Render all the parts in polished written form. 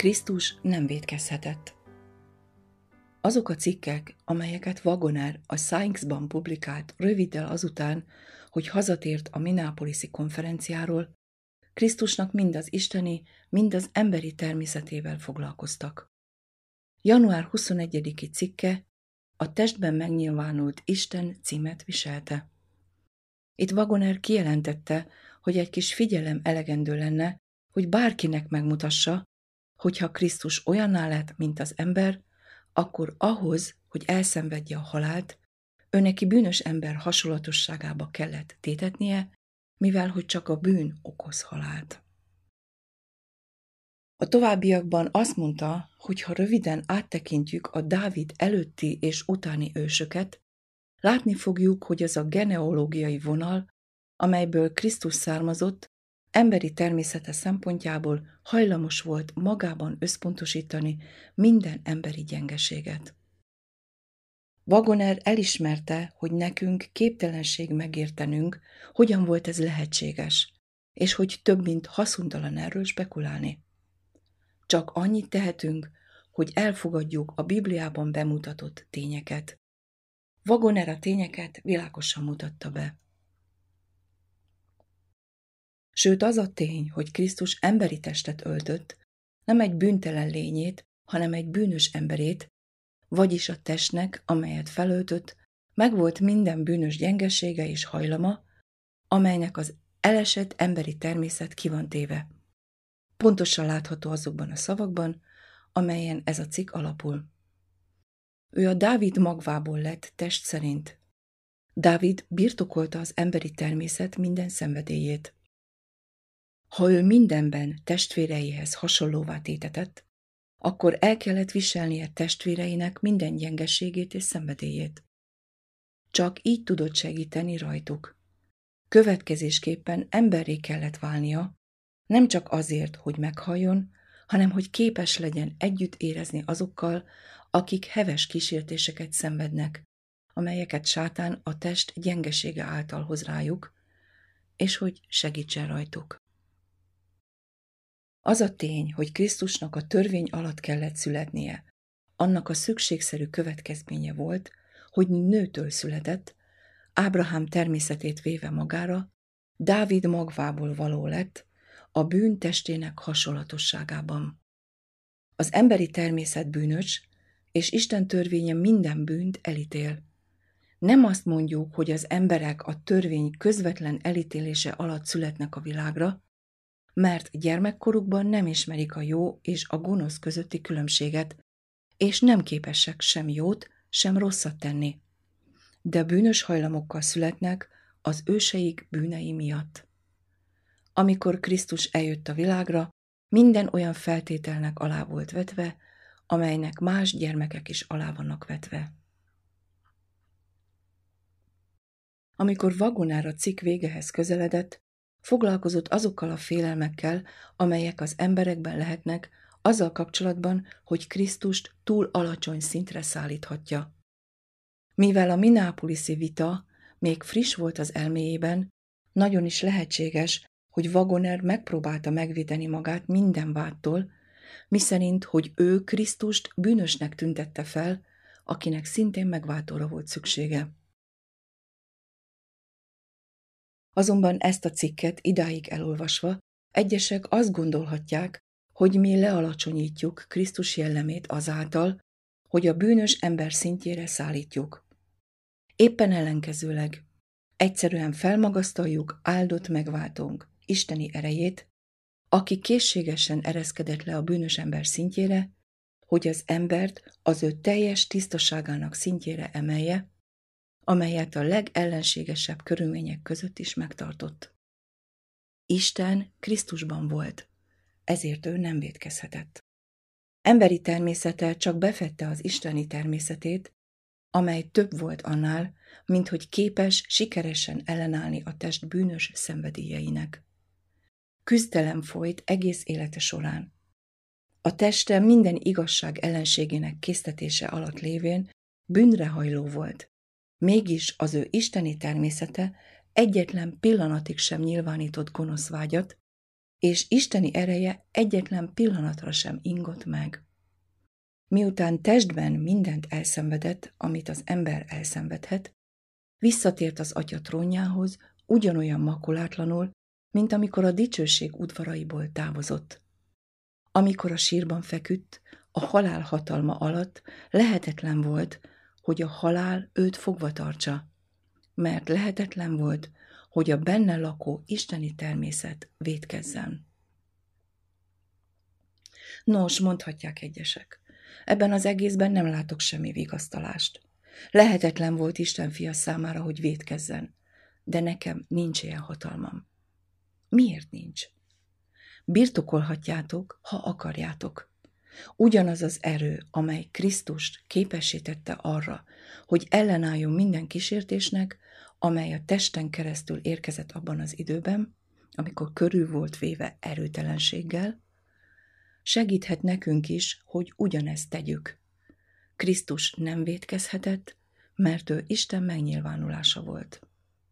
Krisztus nem vétkezhetett. Azok a cikkek, amelyeket Wagoner a Science-ban publikált röviddel azután, hogy hazatért a Minneapolis-i konferenciáról, Krisztusnak mind az isteni, mind az emberi természetével foglalkoztak. Január 21. cikke a testben megnyilvánult Isten címet viselte. Itt Wagoner kijelentette, hogy egy kis figyelem elegendő lenne, hogy bárkinek megmutassa, hogyha Krisztus olyanná lett, mint az ember, akkor ahhoz, hogy elszenvedje a halált, neki bűnös ember hasonlatosságába kellett tétetnie, mivel hogy csak a bűn okoz halált. A továbbiakban azt mondta, hogy ha röviden áttekintjük a Dávid előtti és utáni ősöket, látni fogjuk, hogy az a genealógiai vonal, amelyből Krisztus származott, emberi természete szempontjából hajlamos volt magában összpontosítani minden emberi gyengeséget. Wagoner elismerte, hogy nekünk képtelenség megértenünk, hogyan volt ez lehetséges, és hogy több mint haszontalan erről spekulálni. Csak annyit tehetünk, hogy elfogadjuk a Bibliában bemutatott tényeket. Wagoner a tényeket világosan mutatta be. Sőt, az a tény, hogy Krisztus emberi testet öltött, nem egy bűntelen lényét, hanem egy bűnös emberét, vagyis a testnek, amelyet felöltött, megvolt minden bűnös gyengesége és hajlama, amelynek az elesett emberi természet ki van téve. Pontosan látható azokban a szavakban, amelyen ez a cikk alapul. Ő a Dávid magvából lett test szerint. Dávid birtokolta az emberi természet minden szenvedélyét. Ha ő mindenben testvéreihez hasonlóvá tétetett, akkor el kellett viselnie testvéreinek minden gyengeségét és szenvedélyét. Csak így tudott segíteni rajtuk. Következésképpen emberré kellett válnia, nem csak azért, hogy meghalljon, hanem hogy képes legyen együtt érezni azokkal, akik heves kísértéseket szenvednek, amelyeket sátán a test gyengesége által hoz rájuk, és hogy segítsen rajtuk. Az a tény, hogy Krisztusnak a törvény alatt kellett születnie, annak a szükségszerű következménye volt, hogy nőtől született, Ábrahám természetét véve magára, Dávid magvából való lett, a bűn testének hasonlatosságában. Az emberi természet bűnös, és Isten törvénye minden bűnt elítél. Nem azt mondjuk, hogy az emberek a törvény közvetlen elítélése alatt születnek a világra, mert gyermekkorukban nem ismerik a jó és a gonosz közötti különbséget, és nem képesek sem jót, sem rosszat tenni. De bűnös hajlamokkal születnek az őseik bűnei miatt. Amikor Krisztus eljött a világra, minden olyan feltételnek alá volt vetve, amelynek más gyermekek is alá vannak vetve. Amikor Wagoner a cikk végehez közeledett, foglalkozott azokkal a félelmekkel, amelyek az emberekben lehetnek, azzal kapcsolatban, hogy Krisztust túl alacsony szintre szállíthatja. Mivel a Minneapolis-i vita még friss volt az elméjében, nagyon is lehetséges, hogy Wagoner megpróbálta megvédeni magát minden vádtól, miszerint, hogy ő Krisztust bűnösnek tüntette fel, akinek szintén megváltóra volt szüksége. Azonban ezt a cikket idáig elolvasva, egyesek azt gondolhatják, hogy mi lealacsonyítjuk Krisztus jellemét azáltal, hogy a bűnös ember szintjére szállítjuk. Éppen ellenkezőleg, egyszerűen felmagasztaljuk áldott megváltónk isteni erejét, aki készségesen ereszkedett le a bűnös ember szintjére, hogy az embert az ő teljes tisztaságának szintjére emelje, amelyet a legellenségesebb körülmények között is megtartott. Isten Krisztusban volt, ezért ő nem vétkezhetett. Emberi természete csak befedte az isteni természetét, amely több volt annál, mint hogy képes sikeresen ellenállni a test bűnös szenvedélyeinek. Küzdelem folyt egész élete során. A teste minden igazság ellenségének késztetése alatt lévén bűnrehajló volt. Mégis az ő isteni természete egyetlen pillanatig sem nyilvánított gonosz vágyat, és isteni ereje egyetlen pillanatra sem ingott meg. Miután testben mindent elszenvedett, amit az ember elszenvedhet, visszatért az Atya trónjához ugyanolyan makulátlanul, mint amikor a dicsőség udvaraiból távozott. Amikor a sírban feküdt, a halál hatalma alatt lehetetlen volt, hogy a halál őt fogva tartsa, mert lehetetlen volt, hogy a benne lakó isteni természet vétkezzen. Nos, mondhatják egyesek, ebben az egészben nem látok semmi vigasztalást. Lehetetlen volt Isten fia számára, hogy vétkezzen, de nekem nincs ilyen hatalmam. Miért nincs? Birtokolhatjátok, ha akarjátok. Ugyanaz az erő, amely Krisztust képessé tette arra, hogy ellenálljon minden kísértésnek, amely a testen keresztül érkezett abban az időben, amikor körül volt véve erőtelenséggel, segíthet nekünk is, hogy ugyanezt tegyük. Krisztus nem vétkezhetett, mert ő Isten megnyilvánulása volt.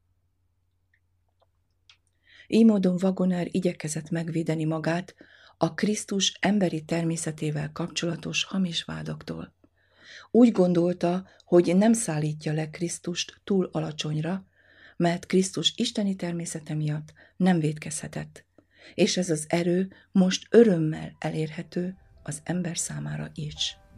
Így módon Wagoner igyekezett megvédeni magát a Krisztus emberi természetével kapcsolatos hamis vádaktól. Úgy gondolta, hogy nem szállítja le Krisztust túl alacsonyra, mert Krisztus isteni természete miatt nem vétkezhetett, és ez az erő most örömmel elérhető az ember számára is.